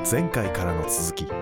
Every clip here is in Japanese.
前回からの続き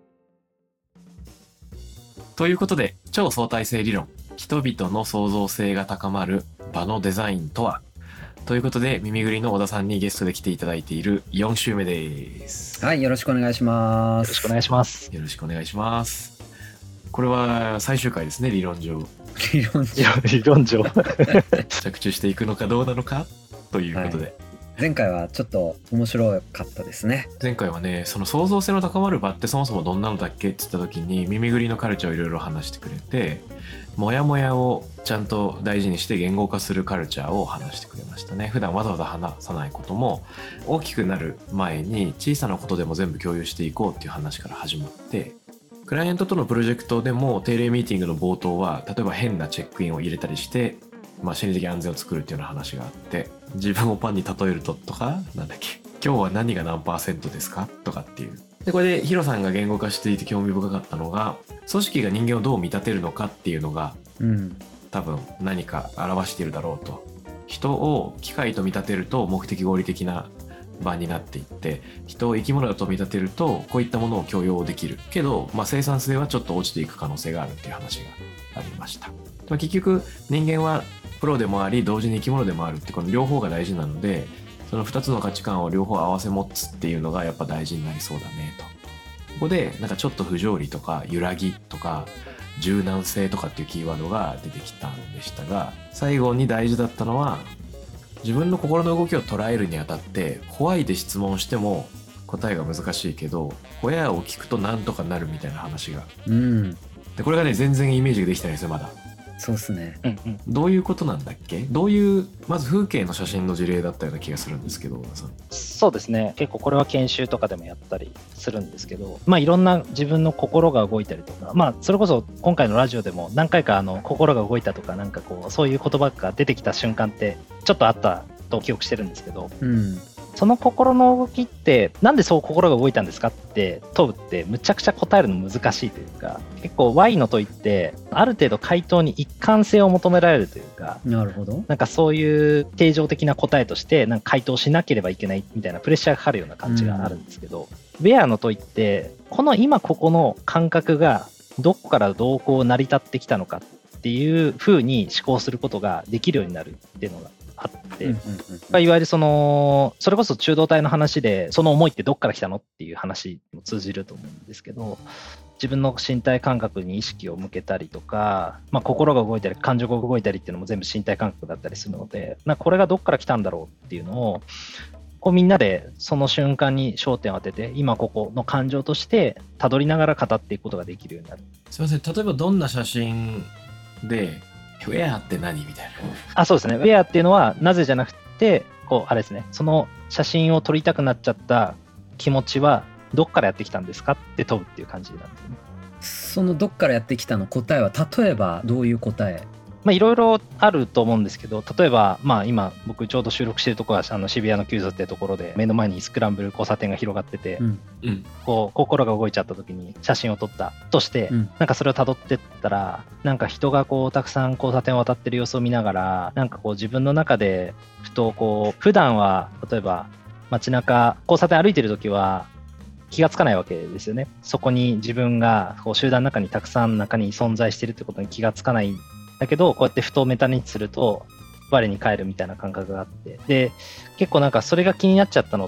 ということで、超相対性理論、人々の創造性が高まる場のデザインとは、ということで耳ぐりの小田さんにゲストで来ていただいている4週目です。 はい、よろしくお願いします。 よろしくお願いします。 よろしくお願いします。これは最終回ですね、理論上。 理論上着地していくのかどうなのかということで、はい、 前回はちょっと面白かったですね。 前回はね、その創造性の高まる場ってそもそもどんなのだっけって言った時に耳ぐりのカルチャーをいろいろ話してくれて、モヤモヤをちゃんと大事にして言語化するカルチャーを話してくれましたね。普段わざわざ話さないことも大きくなる前に小さなことでも全部共有していこうっていう話から始まって、クライアントとのプロジェクトでも定例ミーティングの冒頭は例えば変なチェックインを入れたりして、心理的安全を作るっていうような話があって、自分をパンに例えるととか、なんだっけ、今日は何が何%ですかとかっていう。でこれでヒロさんが言語化していて興味深かったのが、組織が人間をどう見立てるのかっていうのが、多分何か表しているだろうと。人を機械と見立てると目的合理的な場になっていって、人を生き物だと見立てるとこういったものを許容できるけど、生産性はちょっと落ちていく可能性があるっていう話がありました。結局人間はプロでもあり同時に生き物でもあるって、この両方が大事なので、その2つの価値観を両方合わせ持つっていうのがやっぱ大事になりそうだねと。ここでなんかちょっと不条理とか揺らぎとか柔軟性とかっていうキーワードが出てきたんでしたが、最後に大事だったのは、自分の心の動きを捉えるにあたってホワイで質問しても答えが難しいけど、ホヤを聞くとなんとかなるみたいな話が、でこれがね全然イメージができてないですよまだ。 そうですね、 どういうことなんだっけ。どういう、まず風景の写真の事例だったような気がするんですけど。 そうですね、結構これは研修とかでもやったりするんですけど、いろんな自分の心が動いたりとか、それこそ今回のラジオでも何回か心が動いたとか、なんかこうそういう言葉が出てきた瞬間ってちょっとあったと記憶してるんですけど、その心の動きってなんでそう心が動いたんですかって問うってむちゃくちゃ答えるの難しいというか、結構 Y の問いってある程度回答に一貫性を求められるというか、 なるほど、 なんかそういう定常的な答えとしてなんか回答しなければいけないみたいなプレッシャーがかかるような感じがあるんですけど、ウェアの問いってこの今ここの感覚がどこからどうこう成り立ってきたのかっていう風に思考することができるようになるっていうのがあって、いわゆるそれこそ中道体の話で、その思いってどっから来たのっていう話も通じると思うんですけど、自分の身体感覚に意識を向けたりとか、心が動いたり感情が動いたりっていうのも全部身体感覚だったりするので、これがどっから来たんだろうっていうのをこうみんなでその瞬間に焦点を当てて、今ここの感情としてたどりながら語っていくことができるようになる。 すいません、例えばどんな写真でウェアって何みたいな。 そうですね、ウェアっていうのはなぜじゃなくて、こうあれですね、その写真を撮りたくなっちゃった気持ちはどっからやってきたんですかって問うっていう感じなんですね。 そのどっからやってきたの答えは例えばどういう答え？ いろいろあると思うんですけど、例えば、今僕ちょうど収録してるところは渋谷のキューズっていうところで目の前にスクランブル交差点が広がってて、こう心が動いちゃった時に写真を撮ったとして、なんかそれを辿ってったら、なんか人がこうたくさん交差点を渡ってる様子を見ながら、なんかこう自分の中でふとこう普段は例えば街中交差点歩いてる時は気がつかないわけですよね。そこに自分がこう集団の中にたくさん中に存在してるってことに気がつかないだけど、こうやってふとメタ認知すると我に返るみたいな感覚があって、で結構なんかそれが気になっちゃったのって、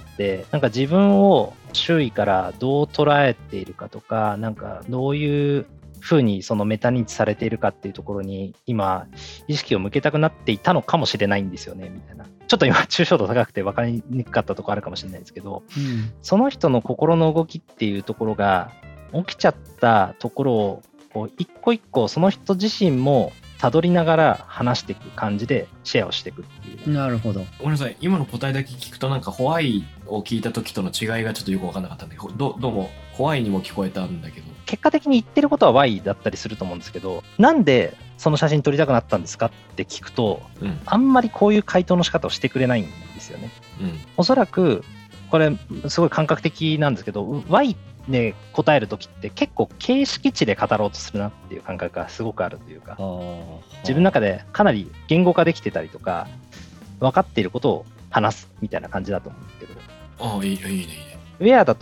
なんか自分を周囲からどう捉えているかとか、なんかどういう風にそのメタ認知されているかっていうところに今意識を向けたくなっていたのかもしれないんですよねみたいな。ちょっと今抽象度高くて分かりにくかったところあるかもしれないですけど、その人の心の動きっていうところが起きちゃったところをこう一個一個その人自身もたどりながら話していく感じでシェアをしていくっていう。 なるほど。 ごめんなさい、今の答えだけ聞くとなんかホワイを聞いた時との違いがちょっとよく分かんなかったんだけど、どうもホワイにも聞こえたんだけど、 結果的に言ってることは Y だったりすると思うんですけど、なんでその写真撮りたくなったんですかって聞くと、あんまりこういう回答の仕方をしてくれないんですよね。おそらくこれすごい感覚的なんですけど、 Y で答えるときって結構形式値で語ろうとするなっていう感覚がすごくあるというか、自分の中でかなり言語化できてたりとか分かっていることを話すみたいな感じだと思うんですけど、 いいね。 ウェアだと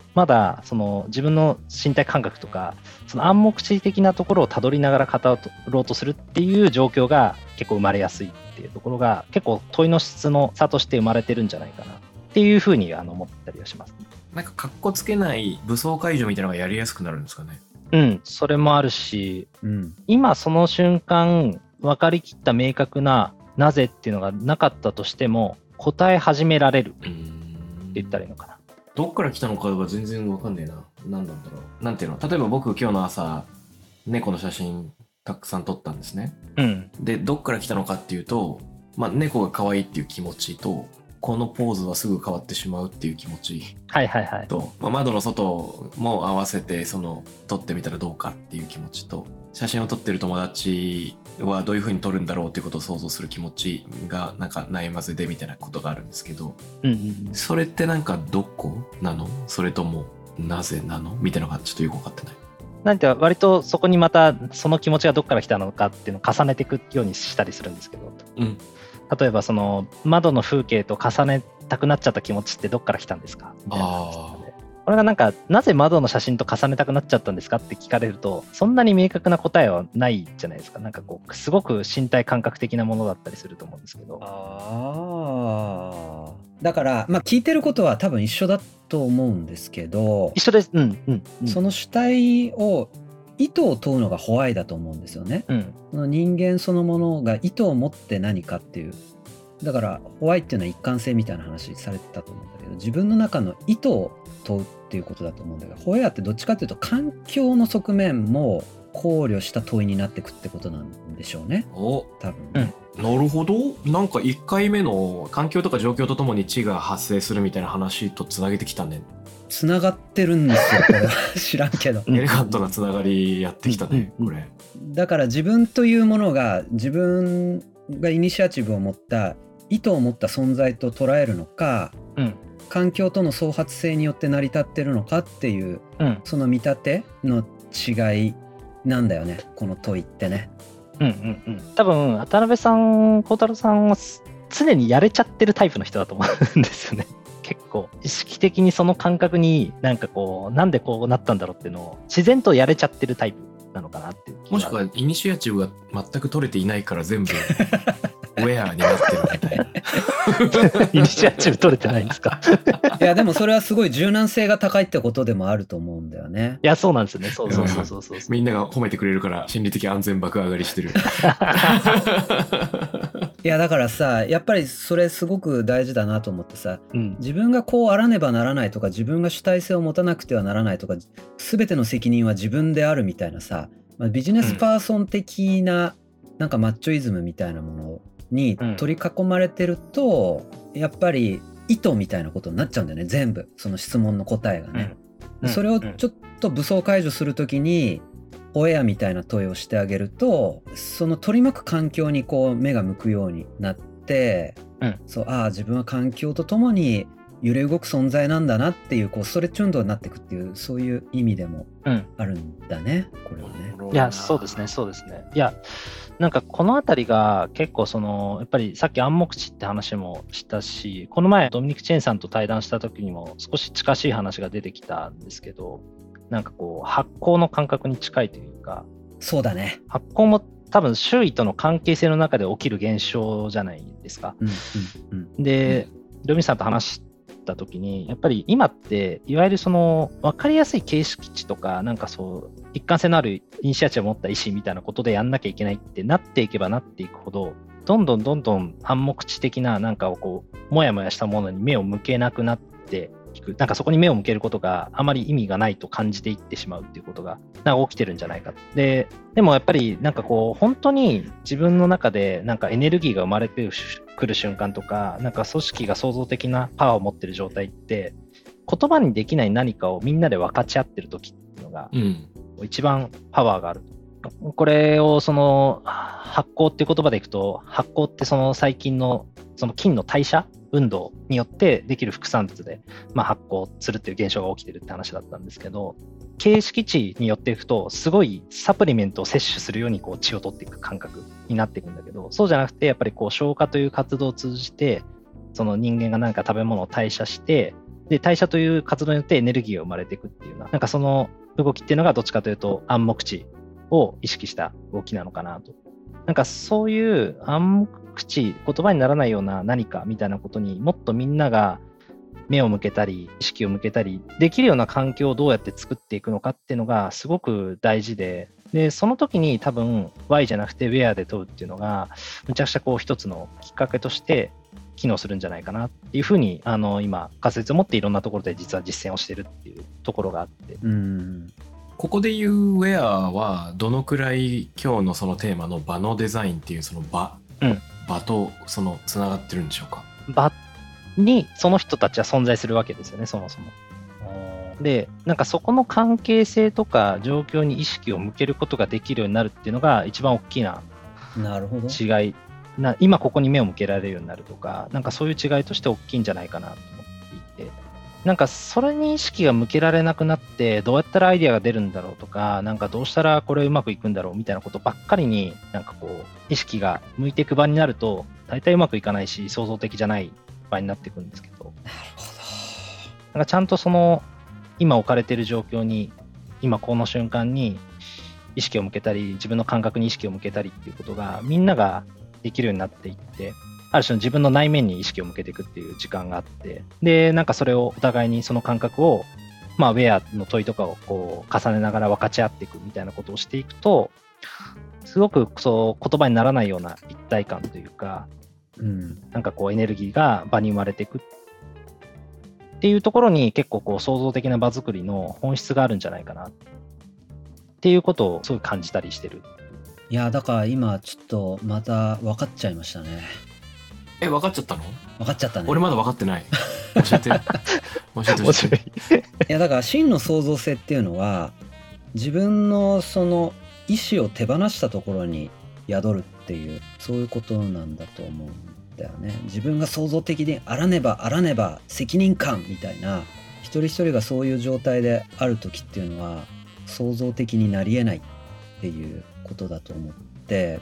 まだその自分の身体感覚とかその暗黙知的なところをたどりながら語ろうとするっていう状況が結構生まれやすいっていうところが結構問いの質の差として生まれてるんじゃないかなっていうふうに思ったりはします。 なんか格好つけない武装解除みたいなのがやりやすくなるんですかね。 うん、それもあるし、今その瞬間分かりきった明確ななぜっていうのがなかったとしても答え始められるって言ったらいいのかな。 どっから来たのかが全然わかんねえな。何なんだろう。なんていうの、例えば僕今日の朝猫の写真たくさん撮ったんですね。でどっから来たのかっていうと、猫が可愛いっていう気持ちと、このポーズはすぐ変わってしまうっていう気持ちと、窓の外も合わせて撮ってみたらどうかっていう気持ちと、写真を撮ってる友達はどういう風に撮るんだろうっていうことを想像する気持ちがなんか悩ませでみたいなことがあるんですけど、それってなんかどこなの、それともなぜなのみたいなのがちょっとよく分かってない。 なんて割とそこにまたその気持ちがどっから来たのかっていうのを重ねていくようにしたりするんですけど、例えばその窓の風景と重ねたくなっちゃった気持ちってどっから来たんですかみたいな感じなので、これがなんかなぜ窓の写真と重ねたくなっちゃったんですかって聞かれるとそんなに明確な答えはないじゃないですか。なんかこうすごく身体感覚的なものだったりすると思うんですけど。 だから聞いてることは多分一緒だと思うんですけど、 一緒です。 その主体を意図を問うのがホワイだと思うんですよね。その人間そのものが意図を持って何かっていう、だからホワイっていうのは一貫性みたいな話されてたと思うんだけど、自分の中の意図を問うっていうことだと思うんだけど、ホワイってどっちかっていうと環境の側面も考慮した問いになっていくってことなんでしょうね。多分。 なるほど。なんか1回目の環境とか状況とともに知が発生するみたいな話とつなげてきたね。 つながってるんですよこれは知らんけどエレガントなつながりやってきたね、これ。 だから自分というものが自分がイニシアチブを持った意図を持った存在と捉えるのか、環境との創発性によって成り立ってるのかっていう、その見立ての違いなんだよね、この問いってね。 多分渡辺さん、孝太郎さんは常にやれちゃってるタイプの人だと思うんですよね。結構意識的にその感覚になんかこうなんでこうなったんだろうっていうのを自然とやれちゃってるタイプなのかなっていう気が。 もしくはイニシアチブが全く取れていないから全部ウェアになってるみたいな。 イニシアチブ取れてないんですか？ いやでもそれはすごい柔軟性が高いってことでもあると思うんだよね。 いやそうなんですよね。そうみんなが褒めてくれるから心理的安全爆上がりしてる。 いやだからさ、やっぱりそれすごく大事だなと思ってさ、自分がこうあらねばならないとか、自分が主体性を持たなくてはならないとか、全ての責任は自分であるみたいなさ、ビジネスパーソン的ななんかマッチョイズムみたいなものに取り囲まれてると、やっぱり意図みたいなことになっちゃうんだよね、全部その質問の答えがね。それをちょっと武装解除するときにオエアみたいな問いをしてあげると、その取り巻く環境にこう目が向くようになって、自分は環境とともに揺れ動く存在なんだなっていう、こうストレッチ運動になっていくっていう、そういう意味でもあるんだね、これはね。 いやそうですね。いやなんかこのあたりが結構やっぱりさっき暗黙知って話もしたし、この前ドミニク・チェンさんと対談した時にも少し近しい話が出てきたんですけど、なんかこう発酵の感覚に近いというか。 そうだね。 発酵も多分周囲との関係性の中で起きる現象じゃないですか。で、ドミさんと話した時にやっぱり今っていわゆるその分かりやすい形式値とか、なんかそう一貫性のあるイニシアチブを持った意思みたいなことでやんなきゃいけないってなっていけばなっていくほど、どんどん暗黙知的ななんかをこうもやもやしたものに目を向けなくなっていく、なんかそこに目を向けることがあまり意味がないと感じていってしまうっていうことがなんか起きてるんじゃないか。でもやっぱりなんかこう本当に自分の中でなんかエネルギーが生まれてくる瞬間とか、なんか組織が創造的なパワーを持ってる状態って言葉にできない何かをみんなで分かち合ってる時っていうのが一番パワーがある。これをその発酵っていう言葉でいくと、発酵ってその最近のその菌の代謝運動によってできる副産物で、発酵するっていう現象が起きてるって話だったんですけど、形式値によっていくとすごいサプリメントを摂取するようにこう血を取っていく感覚になっていくんだけど、そうじゃなくてやっぱりこう消化という活動を通じてその人間が何か食べ物を代謝してで、代謝という活動によってエネルギーが生まれていくっていうような、なんかその動きっていうのがどっちかというと暗黙知を意識した動きなのかなと。なんかそういう暗黙知、言葉にならないような何かみたいなことにもっとみんなが目を向けたり、意識を向けたりできるような環境をどうやって作っていくのかっていうのがすごく大事で、その時に多分 Why じゃなくて Where で問うっていうのがむちゃくちゃこう一つのきっかけとして機能するんじゃないかなっていうふうに今仮説を持っていろんなところで実は実践をしてるっていうところがあって、 ここで言う Where はどのくらい今日のそのテーマの場のデザインっていうその場とそのつながってるんでしょうか。 場にその人たちは存在するわけですよね、そもそも。で、なんかそこの関係性とか状況に意識を向けることができるようになるっていうのが一番大きな違い。今ここに目を向けられるようになるとか、なんかそういう違いとして大きいんじゃないかなと思っていて、なんかそれに意識が向けられなくなってどうやったらアイデアが出るんだろうとか、なんかどうしたらこれうまくいくんだろうみたいなことばっかりになんかこう意識が向いていく場になると大体うまくいかないし創造的じゃない場になっていくんですけど、なるほど。なんかちゃんとその今置かれている状況に今この瞬間に意識を向けたり自分の感覚に意識を向けたりっていうことがみんなができるようになっていって、ある種の自分の内面に意識を向けていくっていう時間があって、でなんかそれをお互いにその感覚をウェアの問いとかをこう重ねながら分かち合っていくみたいなことをしていくと、すごくそう言葉にならないような一体感というか、なんかこうエネルギーが場に生まれていくっていうところに結構こう創造的な場作りの本質があるんじゃないかなっていうことをすごい感じたりしてる。 いやだから今ちょっとまた分かっちゃいましたね。 分かっちゃったの？ 分かっちゃったね。 俺まだ分かってない。教えて教えて。 いやだから真の創造性っていうのは自分のその意思を手放したところに宿るっていうそういうことなんだと思うんだよね。自分が創造的であらねば責任感みたいな一人一人がそういう状態である時っていうのは創造的になり得ないっていうことだと思って、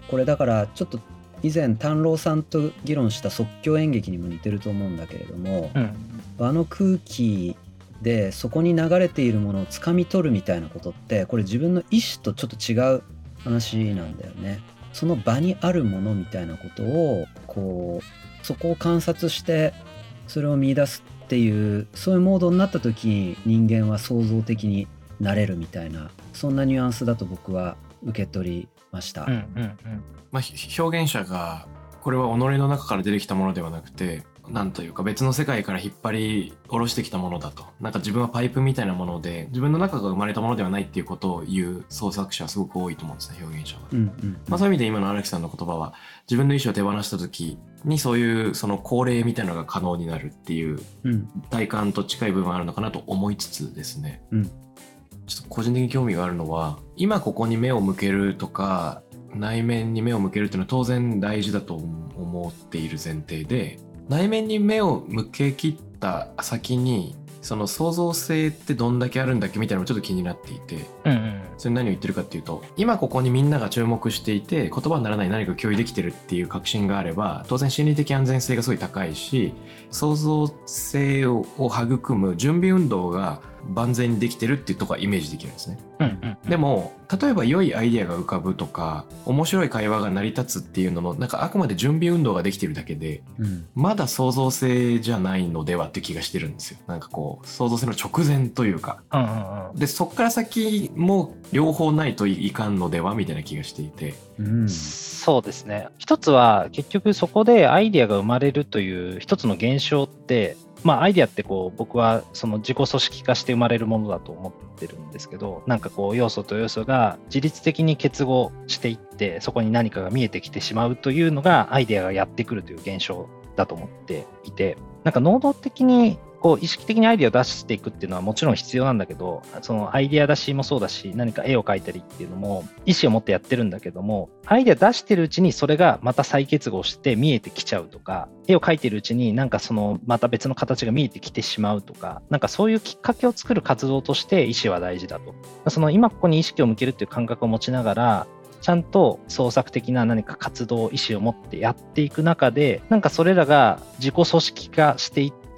これだからちょっと以前丹郎さんと議論した即興演劇にも似てると思うんだけれども、場の空気でそこに流れているものを掴み取るみたいなことってこれ自分の意思とちょっと違う話なんだよね。その場にあるものみたいなことをこうそこを観察してそれを見出すっていうそういうモードになった時人間は創造的になれるみたいなそんなニュアンスだと僕は受け取りました。 表現者がこれは己の中から出てきたものではなくてなんというか別の世界から引っ張り下ろしてきたものだと、なんか自分はパイプみたいなもので自分の中が生まれたものではないっていうことを言う創作者はすごく多いと思うんですね、表現者は。そういう意味で今の荒木さんの言葉は自分の意思を手放した時にそういうその恒例みたいなのが可能になるっていう体感と近い部分あるのかなと思いつつですね、ちょっと個人的に興味があるのは今ここに目を向けるとか内面に目を向けるっていうのは当然大事だと思っている前提で、内面に目を向けきった先にその創造性ってどんだけあるんだっけみたいなのもちょっと気になっていて、それ何を言ってるかっていうと今ここにみんなが注目していて言葉にならない何かを共有できてるっていう確信があれば当然心理的安全性がすごい高いし創造性を育む準備運動が万全にできてるっていうところはイメージできるんですね。でも例えば良いアイデアが浮かぶとか面白い会話が成り立つっていうののなんかあくまで準備運動ができてるだけで、まだ創造性じゃないのではって気がしてるんですよ。なんかこう創造性の直前というか、でそっから先も両方ないといかんのではみたいな気がしていて、 そうですね。一つは結局そこでアイデアが生まれるという一つの現象ってアイデアってこう僕はその自己組織化して生まれるものだと思ってるんですけど、なんかこう要素と要素が自律的に結合していってそこに何かが見えてきてしまうというのがアイデアがやってくるという現象だと思っていて、なんか能動的にこう意識的にアイデアを出していくっていうのはもちろん必要なんだけど、そのアイデア出しもそうだし何か絵を描いたりっていうのも意思を持ってやってるんだけども、アイデア出してるうちにそれがまた再結合して見えてきちゃうとか、絵を描いてるうちになんかそのまた別の形が見えてきてしまうとか、なんかそういうきっかけを作る活動として意思は大事だと。その今ここに意識を向けるっていう感覚を持ちながらちゃんと創作的な何か活動意思を持ってやっていく中でなんかそれらが自己組織化していって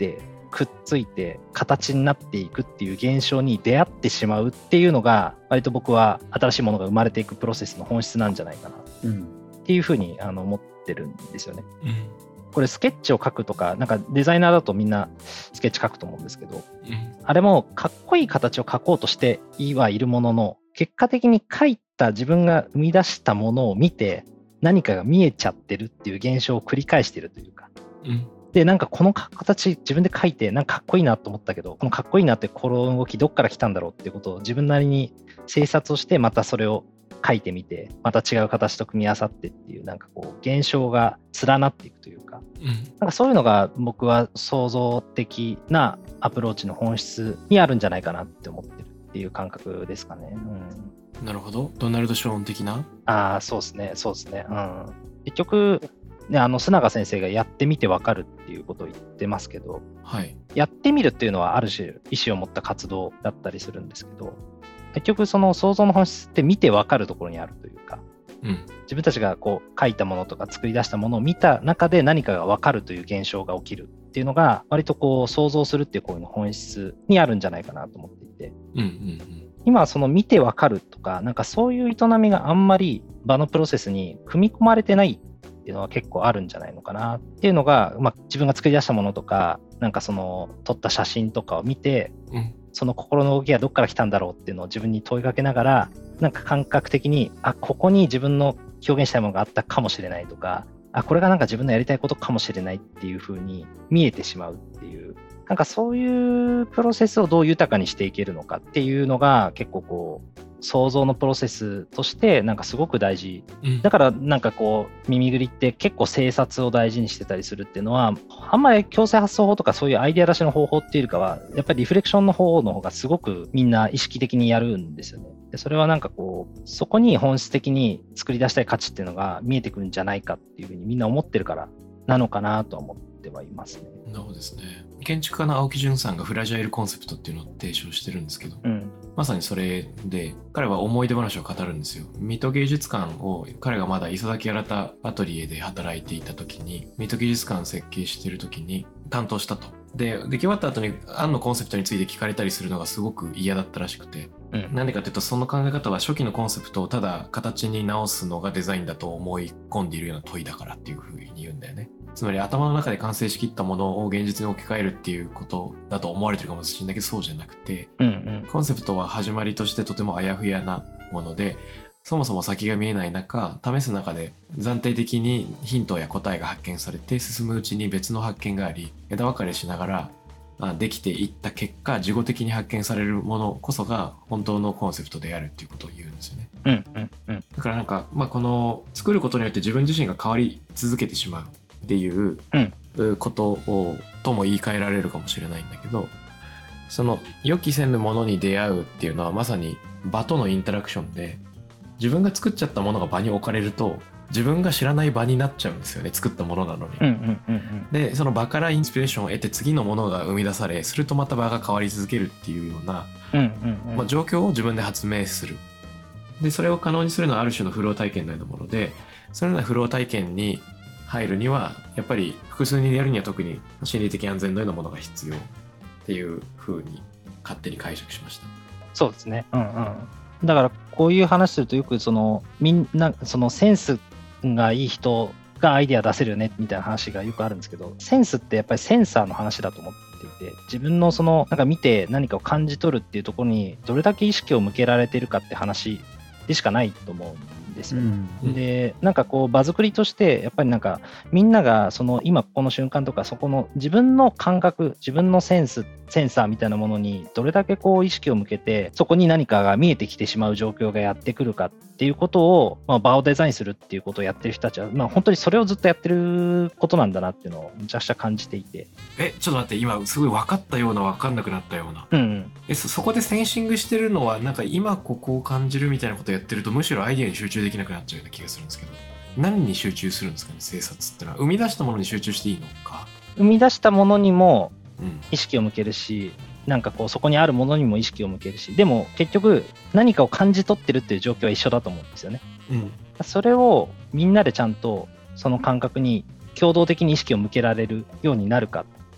くっついて形になっていくっていう現象に出会ってしまうっていうのが割と僕は新しいものが生まれていくプロセスの本質なんじゃないかなっていうふうに思ってるんですよね。これスケッチを描くとか、なんかデザイナーだとみんなスケッチ描くと思うんですけど、あれもかっこいい形を描こうとしてはいるものの、結果的に描いた自分が生み出したものを見て何かが見えちゃってるっていう現象を繰り返してるというか、でなんかこの形自分で描いてなんかかっこいいなと思ったけど、このかっこいいなってこの動きどっから来たんだろうっていうことを自分なりに精察をして、またそれを書いてみて、また違う形と組み合わさってっていう、なんかこう現象が連なっていくというか、なんかそういうのが僕は創造的なアプローチの本質にあるんじゃないかなって思ってるっていう感覚ですかね。 なるほど。ドナルド・ショーン的な？ そうですね。結局ね、須永先生がやってみてわかるっていうことを言ってますけど、やってみるっていうのはある種意思を持った活動だったりするんですけど、結局その創造の本質って見てわかるところにあるというか、自分たちがこう書いたものとか作り出したものを見た中で何かがわかるという現象が起きるっていうのが割とこう想像するっていう行為の本質にあるんじゃないかなと思っていて、今その見てわかるとか、なんかそういう営みがあんまり場のプロセスに組み込まれてないっていうのは結構あるんじゃないのかなっていうのが、自分が作り出したものとか、なんかその撮った写真とかを見て、その心の動きがどっから来たんだろうっていうのを自分に問いかけながら、なんか感覚的にここに自分の表現したいものがあったかもしれないとか、これがなんか自分のやりたいことかもしれないっていう風に見えてしまうっていう、なんかそういうプロセスをどう豊かにしていけるのかっていうのが結構こう想像のプロセスとしてなんかすごく大事、だからなんかこう耳ぐりって結構精察を大事にしてたりするっていうのは、あんまり強制発想法とかそういうアイデア出しの方法っていうよりかはやっぱりリフレクションの方の方がすごくみんな意識的にやるんですよね。でそれはなんかこうそこに本質的に作り出したい価値っていうのが見えてくるんじゃないかっていうふうにみんな思ってるからなのかなとは思ってはいますね。 そうですね。建築家の青木淳さんがフラジャイルコンセプトっていうのを提唱してるんですけど、まさにそれで彼は思い出話を語るんですよ。水戸芸術館を彼がまだ磯崎新アトリエで働いていた時に、水戸芸術館設計してる時に担当したと。で出来終わった後に案のコンセプトについて聞かれたりするのがすごく嫌だったらしくて、なんでかっていうとその考え方は初期のコンセプトをただ形に直すのがデザインだと思い込んでいるような問いだからっていうふうに言うんだよね。つまり頭の中で完成しきったものを現実に置き換えるっていうことだと思われてるかもしれないけど、そうじゃなくて、コンセプトは始まりとしてとてもあやふやなもので、そもそも先が見えない中、試す中で暫定的にヒントや答えが発見されて、進むうちに別の発見があり、枝分かれしながらできていった結果、事後的に発見されるものこそが本当のコンセプトであるっていうことを言うんですよね。だからなんか、この作ることによって自分自身が変わり続けてしまうっていうことをとも言い換えられるかもしれないんだけど、その予期せぬものに出会うっていうのはまさに場とのインタラクションで、自分が作っちゃったものが場に置かれると自分が知らない場になっちゃうんですよね、作ったものなのに。でその場からインスピレーションを得て次のものが生み出され、するとまた場が変わり続けるっていうような状況を自分で発明する。でそれを可能にするのはある種のフロー体験のようなもので、そのようなフロー体験に入るにはやっぱり複数人でやるには特に心理的安全度へのものが必要っていう風に勝手に解釈しました。 そうですね。だからこういう話するとよくみんなセンスがいい人がアイデア出せるよねみたいな話がよくあるんですけど、センスってやっぱりセンサーの話だと思っていて、自分のなんか見て何かを感じ取るっていうところにどれだけ意識を向けられてるかって話でしかないと思うんですよ。でなんかこう場作りとしてやっぱりなんかみんなが今この瞬間とかそこの自分の感覚、自分のセンサーみたいなものにどれだけこう意識を向けてそこに何かが見えてきてしまう状況がやってくるかっていうことを、場をデザインするっていうことをやってる人たちは、本当にそれをずっとやってることなんだなっていうのをめちゃくちゃ感じていて。 ちょっと待って、今すごい分かったような分かんなくなったような、そこでセンシングしてるのはなんか今ここを感じるみたいなことをやってるとむしろアイデアに集中できなくなっちゃうような気がするんですけど、何に集中するんですかね、生殺ってのは。生み出したものに集中していいのか。 生み出したものにも意識を向けるし、なんかこうそこにあるものにも意識を向けるし、でも結局何かを感じ取ってるっていう状況は一緒だと思うんですよね。それをみんなでちゃんとその感覚に共同的に意識を向けられるようになるかっ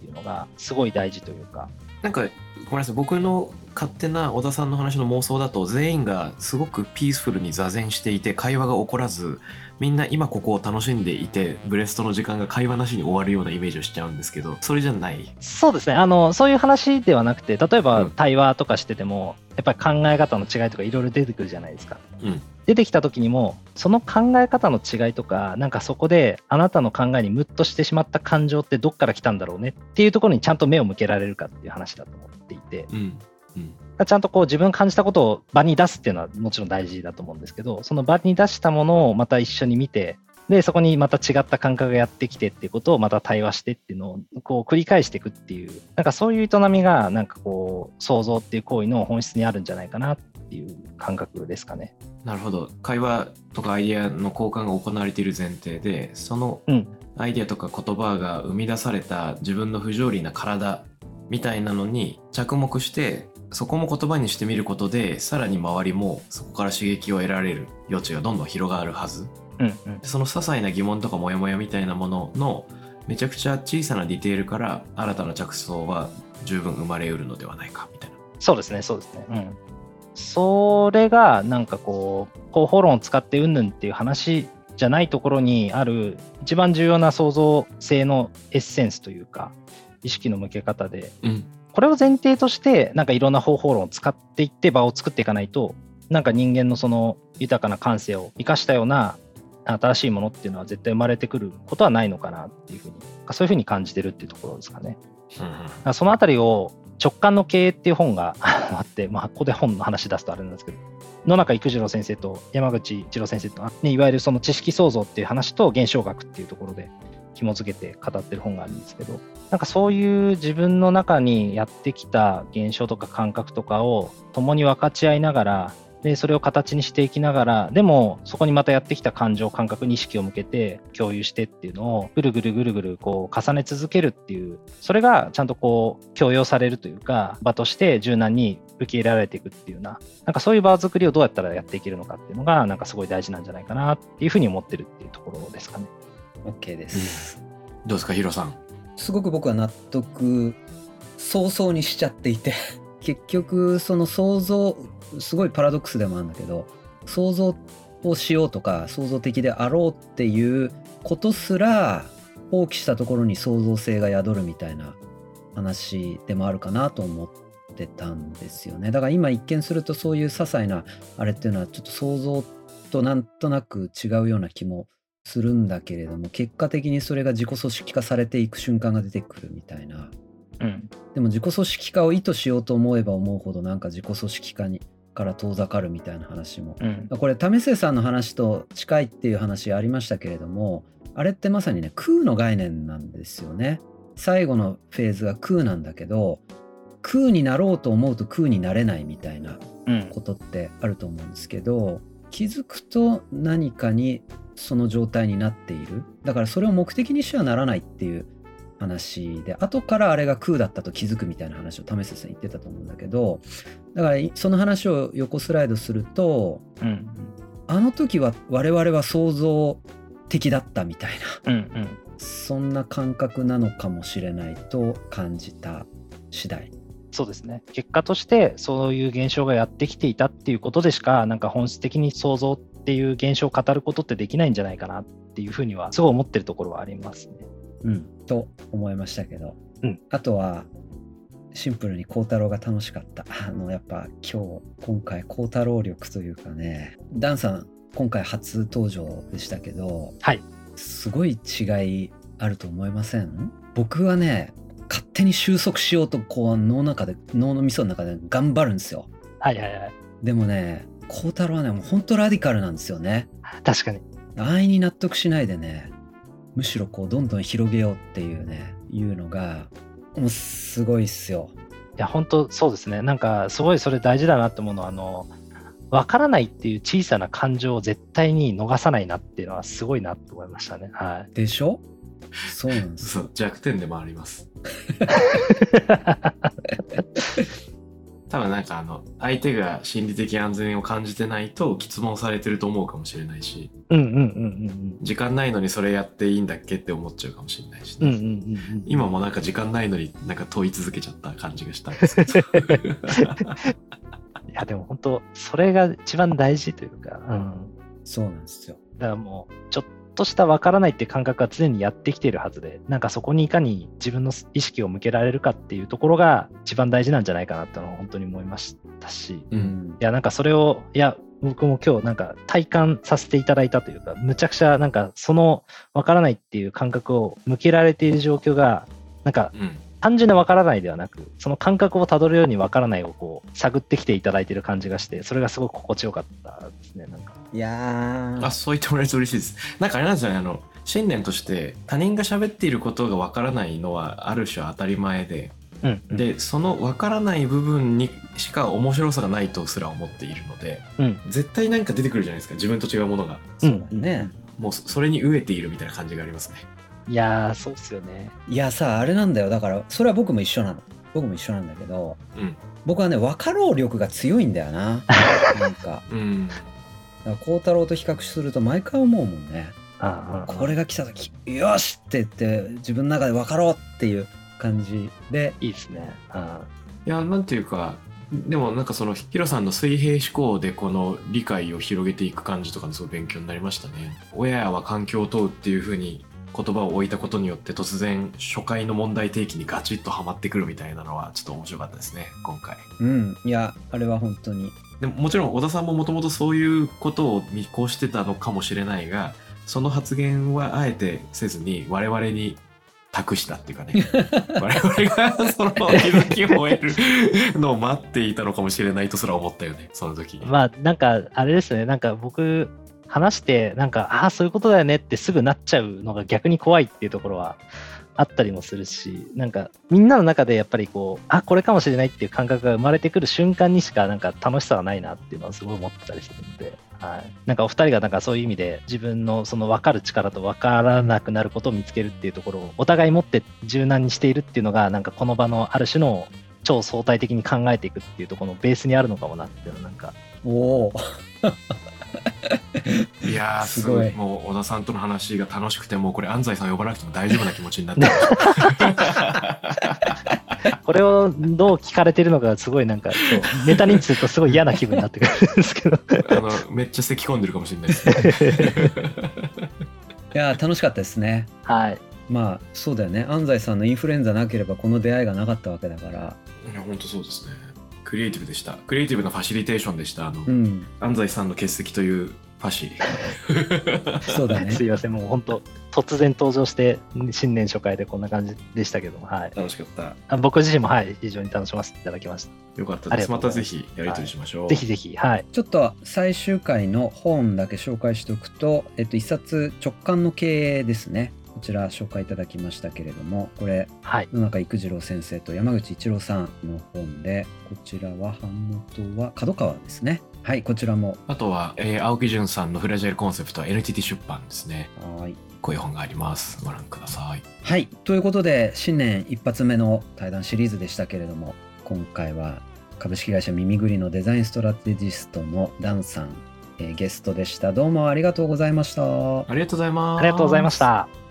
っていうのがすごい大事というか。 なんかごめんなさい、僕の勝手な小田さんの話の妄想だと、全員がすごくピースフルに座禅していて会話が起こらず、みんな今ここを楽しんでいてブレストの時間が会話なしに終わるようなイメージをしちゃうんですけど、それじゃない？ そうですね、そういう話ではなくて、例えば対話とかしてても、やっぱり考え方の違いとかいろいろ出てくるじゃないですか。出てきた時にもその考え方の違いとか、なんかそこであなたの考えにムッとしてしまった感情ってどっから来たんだろうねっていうところにちゃんと目を向けられるかっていう話だと思っていて、ちゃんとこう自分感じたことを場に出すっていうのはもちろん大事だと思うんですけど、その場に出したものをまた一緒に見て、でそこにまた違った感覚がやってきてっていうことをまた対話してっていうのをこう繰り返していくっていう、なんかそういう営みがなんかこう想像っていう行為の本質にあるんじゃないかなっていう感覚ですかね。 なるほど。会話とかアイデアの交換が行われている前提で、そのアイデアとか言葉が生み出された自分の不条理な体みたいなのに着目して、そこも言葉にしてみることで、さらに周りもそこから刺激を得られる余地がどんどん広がるはず。その些細な疑問とかモヤモヤみたいなもののめちゃくちゃ小さなディテールから新たな着想は十分生まれうるのではないかみたいな。 そうですね。それがなんかこう方法論を使ってうんぬんっていう話じゃないところにある一番重要な創造性のエッセンスというか意識の向け方で、これを前提としてなんかいろんな方法論を使っていって場を作っていかないと、なんか人間のその豊かな感性を生かしたような新しいものっていうのは絶対生まれてくることはないのかなっていうふうに、そういうふうに感じてるっていうところですかね。そのあたりを直感の経営っていう本があって、ここで本の話出すとあれなんですけど、野中育次郎先生と山口一郎先生と、いわゆるその知識創造っていう話と現象学っていうところで紐付けて語ってる本があるんですけど、なんかそういう自分の中にやってきた現象とか感覚とかを共に分かち合いながら、でそれを形にしていきながら、でもそこにまたやってきた感情感覚に意識を向けて共有してっていうのをぐるぐるこう重ね続けるっていう、それがちゃんとこう強要されるというか場として柔軟に受け入れられていくっていうような、なんかそういう場作りをどうやったらやっていけるのかっていうのがなんかすごい大事なんじゃないかなっていうふうに思ってるっていうところですかね。 OK です、 どうですかヒロさん。 すごく僕は納得早々にしちゃっていて結局その想像、すごいパラドックスでもあるんだけど、想像をしようとか創造的であろうっていうことすら放棄したところに創造性が宿るみたいな話でもあるかなと思ってたんですよね。だから今一見するとそういう些細なあれっていうのはちょっと想像となんとなく違うような気もするんだけれども、結果的にそれが自己組織化されていく瞬間が出てくるみたいな。でも自己組織化を意図しようと思えば思うほどなんか自己組織化から遠ざかるみたいな話も、これ為末さんの話と近いっていう話ありましたけれども、あれってまさにね空の概念なんですよね。最後のフェーズが空なんだけど、空になろうと思うと空になれないみたいなことってあると思うんですけど、気づくと何かにその状態になっている。だからそれを目的にしてはならないっていう話で、後からあれが空だったと気づくみたいな話を為末さん言ってたと思うんだけど、だからその話を横スライドすると、あの時は我々は創造的だったみたいな、そんな感覚なのかもしれないと感じた次第。 そうですね。結果としてそういう現象がやってきていたっていうことでしか、なんか本質的に創造っていう現象を語ることってできないんじゃないかなっていうふうにはすごい思ってるところはありますね。 と思いましたけど、あとはシンプルに孝太郎が楽しかった。やっぱ今回孝太郎力というかね、ダンさん今回初登場でしたけど、すごい違いあると思いません？僕はね勝手に収束しようとこう脳のみその中で頑張るんですよ。でもね孝太郎はねもうほんとラディカルなんですよね。 確かに安易に納得しないでね、むしろこうどんどん広げようっていうのがもうすごいっすよ。 いや本当そうですね。なんかすごいそれ大事だなって思うのは、分からないっていう小さな感情を絶対に逃さないなっていうのはすごいなと思いましたね。 でしょ？そうなんです弱点でもあります多分なんか相手が心理的安全を感じてないと質問されてると思うかもしれないし、時間ないのにそれやっていいんだっけって思っちゃうかもしれないし、ね、今もなんか時間ないのになんか問い続けちゃった感じがしたんですけどいやでも本当それが一番大事というか、 そうなんですよ。 だからもうちょっとした分からないっていう感覚は常にやってきているはずで、なんかそこにいかに自分の意識を向けられるかっていうところが一番大事なんじゃないかなってのは本当に思いましたし、いやなんかそれを僕も今日なんか体感させていただいたというか、むちゃくちゃなんかその分からないっていう感覚を向けられている状況がなんか、単純な分からないではなく、その感覚をたどるように分からないをこう探ってきていただいている感じがして、それがすごく心地よかったですね。なんかいやー、 そう言ってもらえると嬉しいです。なんかあれなんですよね、信念として他人が喋っていることが分からないのはある種当たり前で、でその分からない部分にしか面白さがないとすら思っているので、絶対なんか出てくるじゃないですか、自分と違うものが。 そうだね。 もうそれに飢えているみたいな感じがありますね。 いやーそうっすよね。 いやさ、あれなんだよ。だからそれは僕も一緒なの。僕も一緒なんだけど、僕はね、分かろう力が強いんだよな。なんか、孝太郎と比較すると毎回思うもんね。これが来た時、よしって言って自分の中で分かろうっていう感じで。 いいですね。 いや、なんていうか、でもなんかそのヒロさんの水平思考でこの理解を広げていく感じとかのすごい勉強になりましたね。親は環境を問うっていう風に言葉を置いたことによって突然初回の問題提起にガチッとはまってくるみたいなのはちょっと面白かったですね、今回。 いや、あれは本当に。 でももちろん小田さんももともとそういうことを見越してたのかもしれないが、その発言はあえてせずに我々に託したっていうかね我々がその気づきを得るのを待っていたのかもしれないとすら思ったよね、その時に。 なんかあれですね、なんか僕話してなんかそういうことだよねってすぐなっちゃうのが逆に怖いっていうところはあったりもするし、なんかみんなの中でやっぱりこうこれかもしれないっていう感覚が生まれてくる瞬間にしかなんか楽しさはないなっていうのはすごい思ってたりするので、なんかお二人がなんかそういう意味で自分のその分かる力と分からなくなることを見つけるっていうところをお互い持って柔軟にしているっていうのが、なんかこの場のある種の超相対的に考えていくっていうところのベースにあるのかもなっていうのはなんか。 いやーすごい。もう小田さんとの話が楽しくて、もうこれ安西さん呼ばなくても大丈夫な気持ちになってこれをどう聞かれてるのかすごいなんかネタにするとすごい嫌な気分になってくるんですけどめっちゃ咳込んでるかもしれないですねいや楽しかったですね。まあそうだよね、安西さんのインフルエンザなければこの出会いがなかったわけだから。 いや本当そうですね。クリエイティブでした。クリエイティブなファシリテーションでした。安西さんの欠席というファシそうだね。 すいません、もう本当突然登場して新年初回でこんな感じでしたけども、 楽しかった。 僕自身も非常に楽しませていただきました。 よかったです。またぜひやり取りしましょう。 ぜひぜひ。 ちょっと最終回の本だけ紹介しておくと、一冊直感の経営ですね。こちら紹介いただきましたけれども、これ、野中育次郎先生と山口一郎さんの本で、こちらは版元は角川ですね。こちらも。 あとは、青木淳さんのフラジャイルコンセプトは NTT 出版ですね。こういう本があります。ご覧ください。ということで新年一発目の対談シリーズでしたけれども、今回は株式会社耳ぐりのデザインストラテジストのダンさん、ゲストでした。どうもありがとうございました。 ありがとうございます。 ありがとうございました。